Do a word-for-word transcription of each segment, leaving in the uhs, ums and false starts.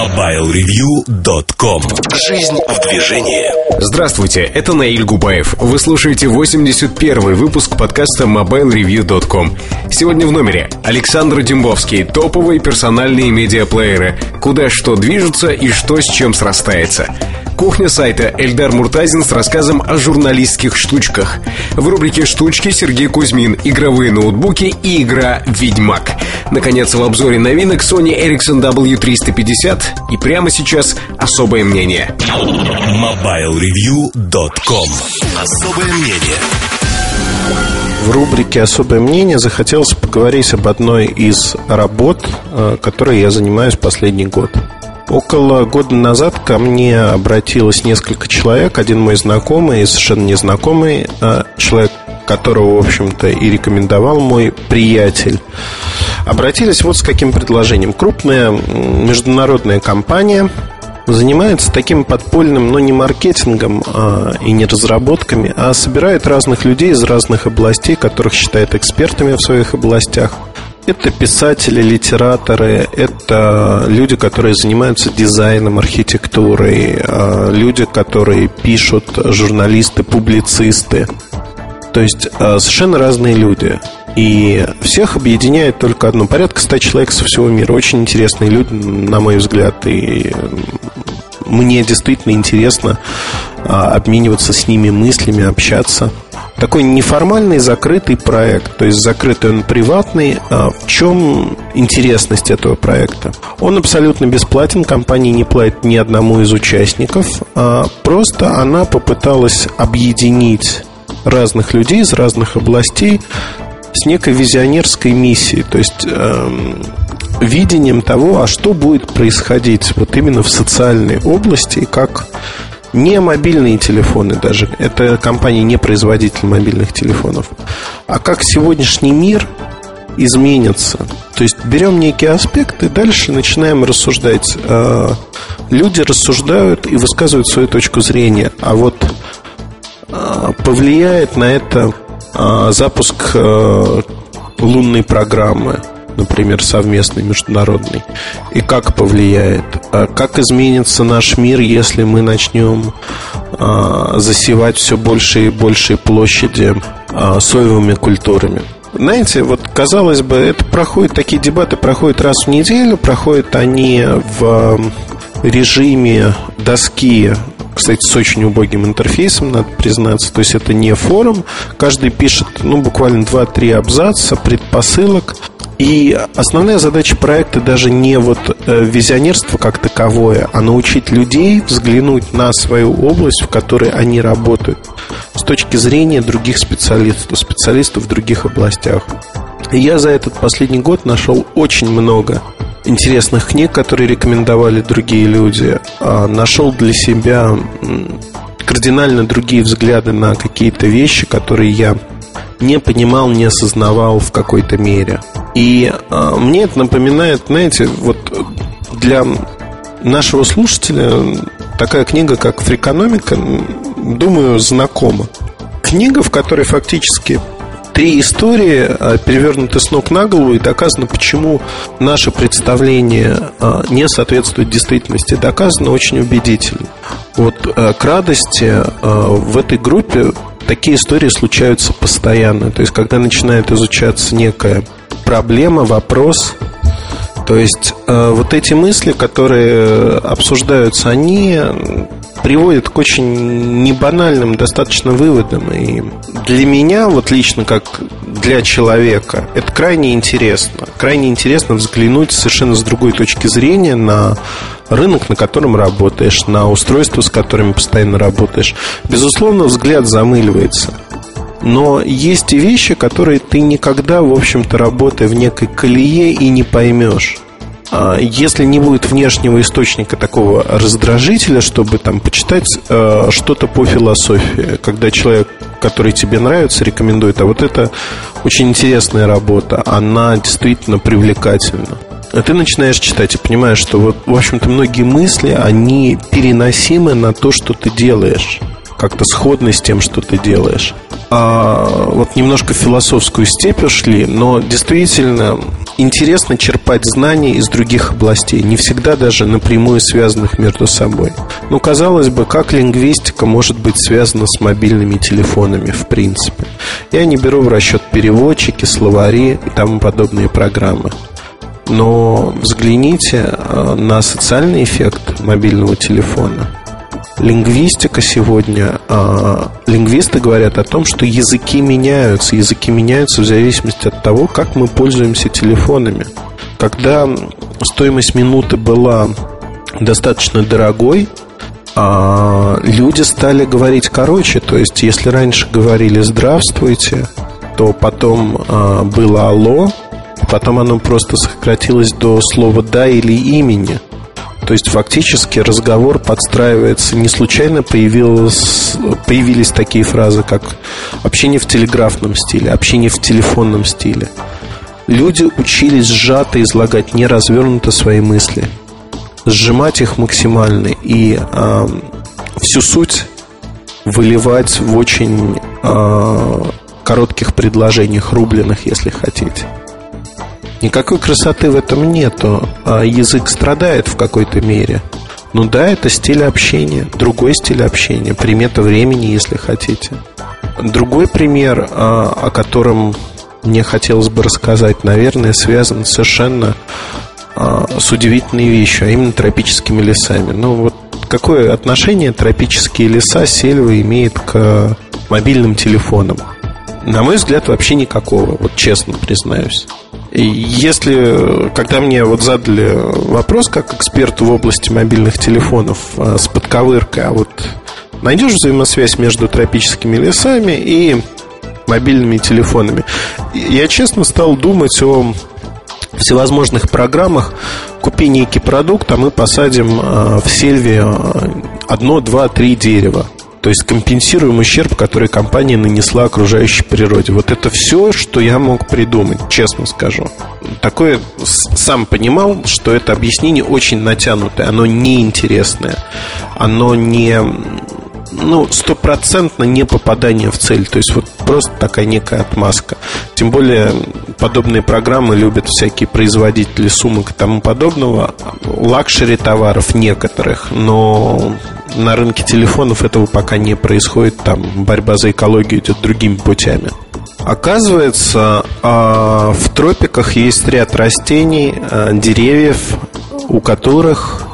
мобайл ревью точка ком. Жизнь в движении. Здравствуйте, это Наиль Губаев. Вы слушаете восемьдесят первый выпуск подкаста мобайл ревью точка ком. Сегодня в номере Александр Дембовский. Топовые персональные медиаплееры. Куда что движется и что с чем срастается. Кухня сайта Эльдар Муртазин с рассказом о журналистских штучках. В рубрике «Штучки» Сергей Кузьмин. Игровые ноутбуки и игра «Ведьмак». Наконец, в обзоре новинок Sony Ericsson дабл ю триста пятьдесят. И прямо сейчас особое мнение. мобайл ревью точка ком. Особое мнение. В рубрике «Особое мнение» захотелось поговорить об одной из работ, которой я занимаюсь последний год. Около года назад ко мне обратилось несколько человек. Один мой знакомый и совершенно незнакомый человек, которого, в общем-то, и рекомендовал мой приятель. Обратились вот с каким предложением. Крупная международная компания занимается таким подпольным, но не маркетингом а, и не разработками, а собирает разных людей из разных областей, которых считает экспертами в своих областях. Это писатели, литераторы, это люди, которые занимаются дизайном, архитектурой, люди, которые пишут, журналисты, публицисты. То есть совершенно разные люди. И всех объединяет только одно. Порядка ста человек со всего мира. Очень интересные люди, на мой взгляд. И мне действительно интересно обмениваться с ними мыслями, общаться. Такой неформальный закрытый проект. То есть закрытый он приватный. В чем интересность этого проекта? Он абсолютно бесплатен. Компания не платит ни одному из участников. Просто она попыталась объединить разных людей из разных областей с некой визионерской миссией. То есть эм, видением того, а что будет происходить вот именно в социальной области, и как не мобильные телефоны даже. Это компания не производитель мобильных телефонов. А как сегодняшний мир изменится. То есть берем некий аспект и дальше начинаем рассуждать. Люди рассуждают и высказывают свою точку зрения. А вот повлияет на это запуск лунной программы, например, совместной, международной. И как повлияет? Как изменится наш мир, если мы начнем засевать все больше и больше площади соевыми культурами? Знаете, вот казалось бы, это проходит, такие дебаты проходят раз в неделю. Проходят они в режиме доски, кстати, с очень убогим интерфейсом, надо признаться. То есть это не форум. Каждый пишет, ну, буквально два-три абзаца, предпосылок. И основная задача проекта даже не вот визионерство как таковое, а научить людей взглянуть на свою область, в которой они работают, с точки зрения других специалистов, специалистов в других областях. И я за этот последний год нашел очень много интересных книг, которые рекомендовали другие люди. Нашел для себя кардинально другие взгляды на какие-то вещи, которые я не понимал, не осознавал в какой-то мере. И а, мне это напоминает, знаете, вот для нашего слушателя такая книга, как «Фрикономика», думаю, знакома. Книга, в которой фактически три истории перевернуты с ног на голову, и доказано, почему наше представление не соответствует действительности. Доказано очень убедительно. Вот к радости в этой группе такие истории случаются постоянно. То есть, когда начинает изучаться некая проблема, вопрос, то есть вот эти мысли, которые обсуждаются, они приводит к очень небанальным достаточно выводам. И для меня, вот лично как для человека, это крайне интересно. Крайне интересно взглянуть совершенно с другой точки зрения на рынок, на котором работаешь, на устройства, с которыми постоянно работаешь. Безусловно, взгляд замыливается. Но есть и вещи, которые ты никогда, в общем-то, работая в некой колее, и не поймешь. Если не будет внешнего источника такого раздражителя, чтобы там почитать э, что-то по философии, когда человек, который тебе нравится, рекомендует, а вот это очень интересная работа, она действительно привлекательна. А ты начинаешь читать и понимаешь, что вот, в общем-то, многие мысли, они переносимы на то, что ты делаешь. как-то сходны с тем, что ты делаешь. А вот немножко в философскую степь ушли, но действительно интересно черпать знания из других областей, не всегда даже напрямую связанных между собой. Ну, казалось бы, как лингвистика может быть связана с мобильными телефонами, в принципе? Я не беру в расчет переводчики, словари и тому подобные программы. Но взгляните на социальный эффект мобильного телефона. Лингвистика сегодня, э, лингвисты говорят о том, что языки меняются. Языки меняются в зависимости от того, как мы пользуемся телефонами. Когда стоимость минуты была достаточно дорогой, э, люди стали говорить короче. То есть, если раньше говорили «здравствуйте», то потом э, было «алло», потом оно просто сократилось до слова «да» или «имени». То есть фактически разговор подстраивается. Не случайно появилось, появились такие фразы, как общение в телеграфном стиле, общение в телефонном стиле. Люди учились сжато излагать, не развернуто свои мысли, сжимать их максимально и э, всю суть выливать в очень э, коротких предложениях, рубленых, если хотите. Никакой красоты в этом нету. Язык страдает в какой-то мере. Ну да, это стиль общения. Другой стиль общения. Примета времени, если хотите. Другой пример, о котором мне хотелось бы рассказать, наверное, связан совершенно с удивительной вещью, а именно тропическими лесами. Ну вот какое отношение тропические леса, сельва имеют к мобильным телефонам? На мой взгляд, вообще никакого. Вот честно признаюсь. Если, когда мне вот задали вопрос как эксперту в области мобильных телефонов с подковыркой, а вот найдешь взаимосвязь между тропическими лесами и мобильными телефонами, я честно стал думать о всевозможных программах. Купи некий продукт, а мы посадим в сельве одно, два, три дерева. То есть компенсируем ущерб, который компания нанесла окружающей природе. Вот это все, что я мог придумать, честно скажу. Такое, сам понимал, что это объяснение очень натянутое. Оно неинтересное. Оно не, ну, стопроцентно не попадание в цель. То есть вот просто такая некая отмазка. Тем более подобные программы любят всякие производители сумок и тому подобного. Лакшери товаров некоторых. Но на рынке телефонов этого пока не происходит. Там борьба за экологию идет другими путями. Оказывается, в тропиках есть ряд растений, деревьев, у которых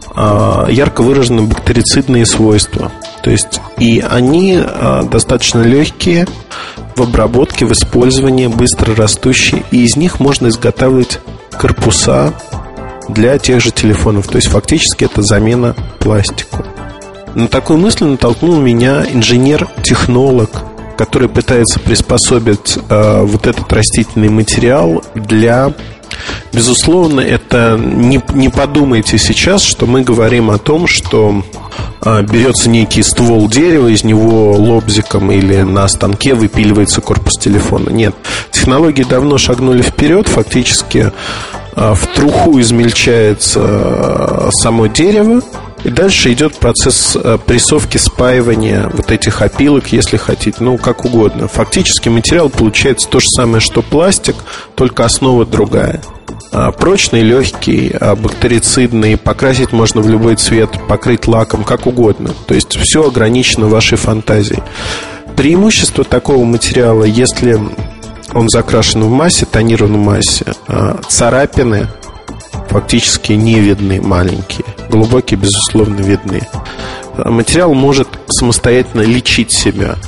ярко выражены бактерицидные свойства. То есть и они достаточно легкие в обработке, в использовании, быстро растущие. И из них можно изготавливать корпуса для тех же телефонов. То есть фактически это замена пластику. На такую мысль натолкнул меня инженер-технолог, который пытается приспособить э, вот этот растительный материал для... Безусловно, это не, не подумайте сейчас, что мы говорим о том, что э, берется некий ствол дерева, из него лобзиком или на станке выпиливается корпус телефона. Нет, технологии давно шагнули вперед. Фактически э, в труху измельчается э, само дерево. И дальше идет процесс прессовки, спаивания вот этих опилок, если хотите, ну, как угодно. Фактически материал получается то же самое, что пластик, только основа другая. Прочный, легкий, бактерицидный, покрасить можно в любой цвет, покрыть лаком, как угодно. То есть все ограничено вашей фантазией. Преимущество такого материала, если он закрашен в массе, тонирован в массе, царапины фактически не видны, маленькие. Глубокие, безусловно, видны. Материал может самостоятельно лечить себя.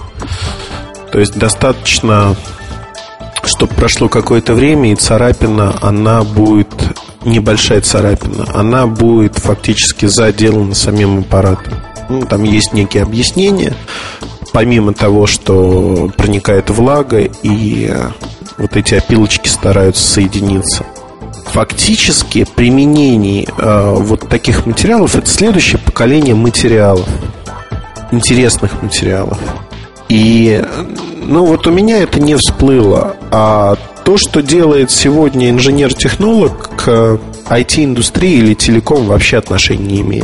То есть достаточно, чтобы прошло какое-то время, и царапина, она будет, небольшая царапина, она будет фактически заделана самим аппаратом. Ну, там есть некие объяснения. Помимо того, что проникает влага, и вот эти опилочки стараются соединиться. Фактически применение э, вот таких материалов — это следующее поколение материалов, интересных материалов. И, ну, вот у меня это не всплыло. А то, что делает сегодня инженер-технолог, к ай ти-индустрии или телеком вообще отношения не имеет.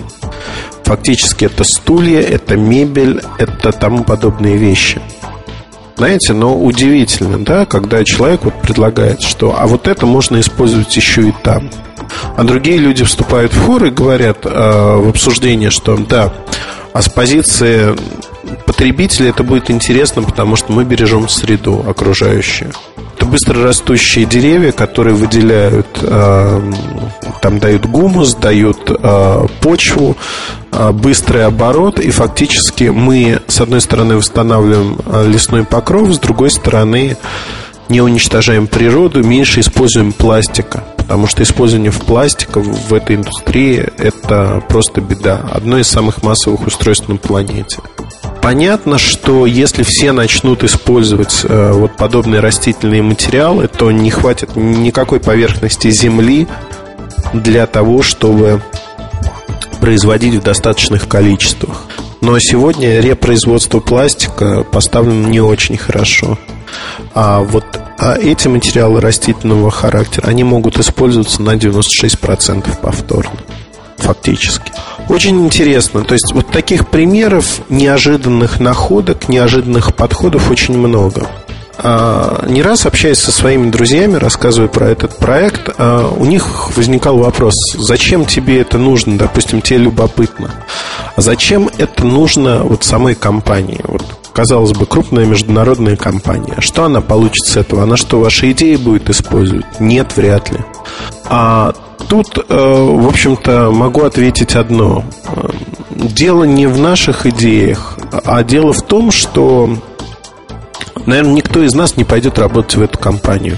Фактически это стулья, это мебель, это тому подобные вещи. Знаете, но удивительно, да, когда человек вот предлагает, что а вот это можно использовать еще и там. А другие люди вступают в хор и говорят э, в обсуждении, что да, а с позиции потребителя это будет интересно, потому что мы бережем среду окружающую. Это быстрорастущие деревья, которые выделяют, э, там дают гумус, дают э, почву, э, быстрый оборот. И фактически мы, с одной стороны, восстанавливаем лесной покров, с другой стороны, не уничтожаем природу, меньше используем пластика. Потому что использование пластика в этой индустрии – это просто беда. Одно из самых массовых устройств на планете. Понятно, что если все начнут использовать э, вот подобные растительные материалы, то не хватит никакой поверхности земли для того, чтобы производить в достаточных количествах. Но сегодня репроизводство пластика поставлено не очень хорошо. А вот а эти материалы растительного характера, они могут использоваться на девяносто шесть процентов повторно. Фактически. Очень интересно. То есть вот таких примеров, неожиданных находок, неожиданных подходов очень много. а, Не раз общаясь со своими друзьями, рассказывая про этот проект, а, у них возникал вопрос: зачем тебе это нужно? Допустим, тебе любопытно. А зачем это нужно вот самой компании? Вот, казалось бы, крупная международная компания. Что она получит с этого? Она что, ваши идеи будет использовать? Нет, вряд ли. А тут, в общем-то, могу ответить одно. Дело не в наших идеях, а дело в том, что, наверное, никто из нас не пойдет работать в эту компанию.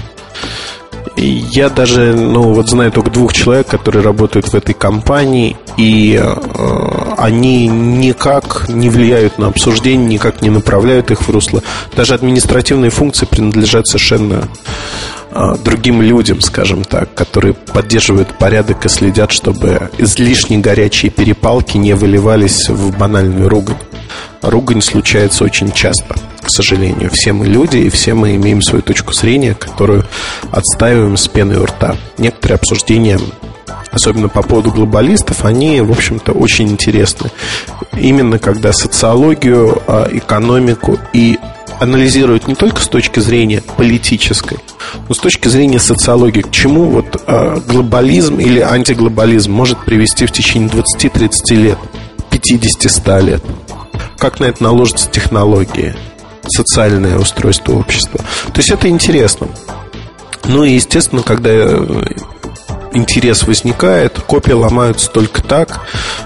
Я даже, ну, вот знаю только двух человек, которые работают в этой компании, и э, они никак не влияют на обсуждение, никак не направляют их в русло. Даже административные функции принадлежат совершенно э, другим людям, скажем так, которые поддерживают порядок и следят, чтобы излишне горячие перепалки не выливались в банальную ругань. Ругань случается очень часто, к сожалению. Все мы люди, и все мы имеем свою точку зрения, которую отстаиваем с пеной у рта. Некоторые обсуждения, особенно по поводу глобалистов, они, в общем-то, очень интересны. Именно когда социологию, экономику и анализируют не только с точки зрения политической, но с точки зрения социологии, к чему вот глобализм или антиглобализм может привести в течение двадцати-тридцати лет, пятидесяти-ста лет. Как на это наложатся технологии, социальное устройство общества. То есть это интересно. Ну и, естественно, когда интерес возникает, копья ломаются только так.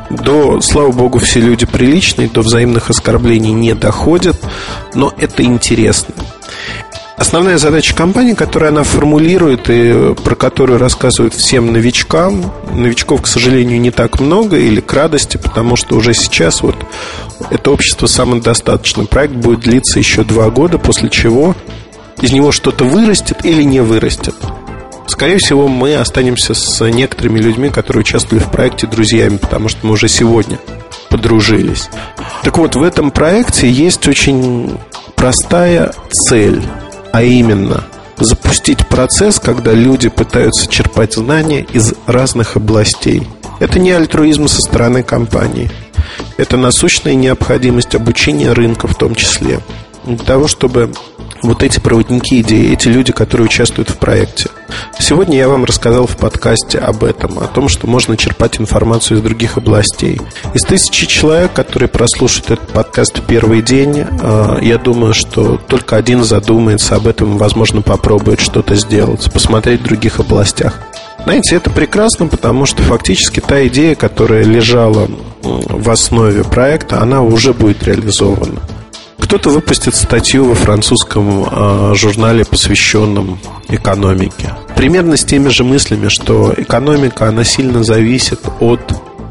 До, слава богу, все люди приличные, до взаимных оскорблений не доходят. Но это интересно. Основная задача компании, которую она формулирует и про которую рассказывает всем новичкам. Новичков, к сожалению, не так много, или к радости, потому что уже сейчас вот это общество самодостаточно. Проект будет длиться еще два года, после чего из него что-то вырастет или не вырастет. Скорее всего, мы останемся с некоторыми людьми, которые участвовали в проекте, друзьями, потому что мы уже сегодня подружились. Так вот, в этом проекте есть очень простая цель. А именно, запустить процесс, когда люди пытаются черпать знания из разных областей. Это не альтруизм со стороны компании. Это насущная необходимость обучения рынка в том числе. Для того, чтобы вот эти проводники идеи, эти люди, которые участвуют в проекте. Сегодня я вам рассказал в подкасте об этом, о том, что можно черпать информацию из других областей. Из тысячи человек, которые прослушают этот подкаст в первый день, я думаю, что только один задумается об этом и, возможно, попробует что-то сделать, посмотреть в других областях. Знаете, это прекрасно, потому что фактически та идея, которая лежала в основе проекта, она уже будет реализована. Кто-то выпустит статью во французском э, журнале, посвященном экономике. Примерно с теми же мыслями, что экономика, она сильно зависит от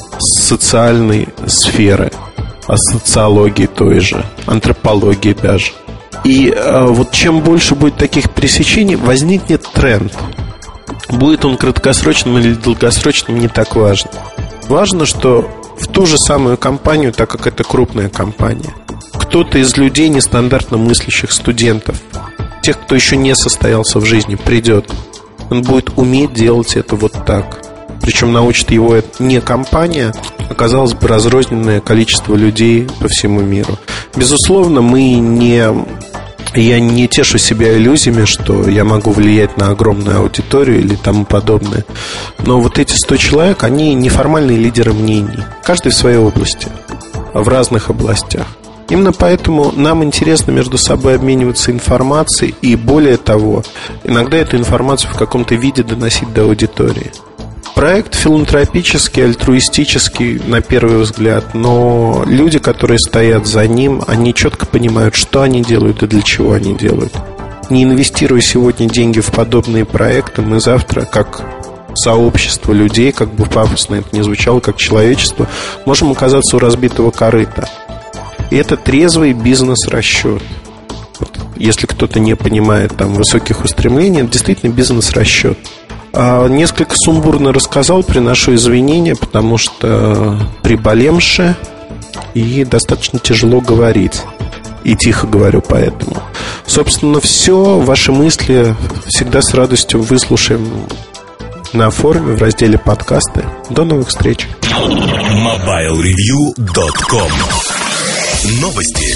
социальной сферы, от социологии той же, антропологии даже. И э, вот чем больше будет таких пересечений, возникнет тренд. Будет он краткосрочным или долгосрочным, не так важно. Важно, что в ту же самую компанию, так как это крупная компания, кто-то из людей нестандартно мыслящих студентов, тех, кто еще не состоялся в жизни, придет. Он будет уметь делать это вот так. причем научит его не компания, а, казалось бы, разрозненное количество людей по всему миру. Безусловно, мы не... Я не тешу себя иллюзиями, что я могу влиять на огромную аудиторию или тому подобное. Но вот эти сто человек, они неформальные лидеры мнений. Каждый в своей области, в разных областях. Именно поэтому нам интересно между собой обмениваться информацией. И более того, иногда эту информацию в каком-то виде доносить до аудитории. Проект филантропический, альтруистический на первый взгляд, но люди, которые стоят за ним, они четко понимают, что они делают и для чего они делают. Не инвестируя сегодня деньги в подобные проекты, мы завтра, как сообщество людей, как бы пафосно это ни звучало, как человечество, можем оказаться у разбитого корыта. И это трезвый бизнес-расчет. Вот, если кто-то не понимает там высоких устремлений, это действительно бизнес-расчет. А, несколько сумбурно рассказал, приношу извинения, потому что приболемши и достаточно тяжело говорить. И тихо говорю поэтому. Собственно, все. Ваши мысли всегда с радостью выслушаем на форуме в разделе подкасты. До новых встреч. мобайл ревью точка ком. Новости.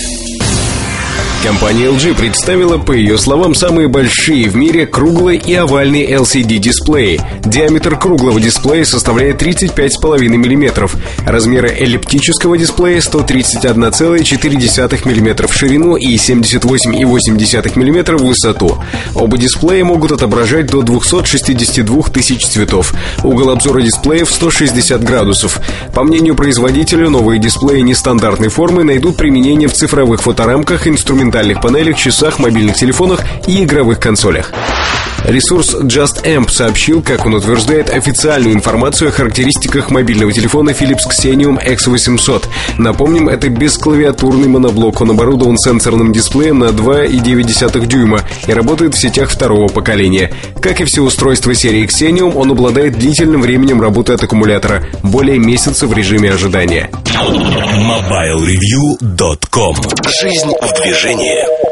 Компания эл джи представила, по ее словам, самые большие в мире круглые и овальные эл си ди-дисплеи. Диаметр круглого дисплея составляет тридцать пять и пять миллиметров. Размеры эллиптического дисплея сто тридцать один целых четыре десятых миллиметра в ширину и семьдесят восемь и восемь десятых миллиметра в высоту. Оба дисплея могут отображать до двести шестьдесят два тысяч цветов. Угол обзора дисплеев сто шестьдесят градусов. По мнению производителя, новые дисплеи нестандартной формы найдут применение в цифровых фоторамках, инструментальных панелях, часах, мобильных телефонах и игровых консолях. Ресурс JustAmp сообщил, как он утверждает, официальную информацию о характеристиках мобильного телефона Philips Xenium икс восемьсот. Напомним, это бесклавиатурный моноблок. Он оборудован сенсорным дисплеем на два и девять десятых дюйма и работает в сетях второго поколения. Как и все устройства серии Xenium, он обладает длительным временем работы от аккумулятора – более месяца в режиме ожидания. мобайл ревью точка ком. Жизнь в движении.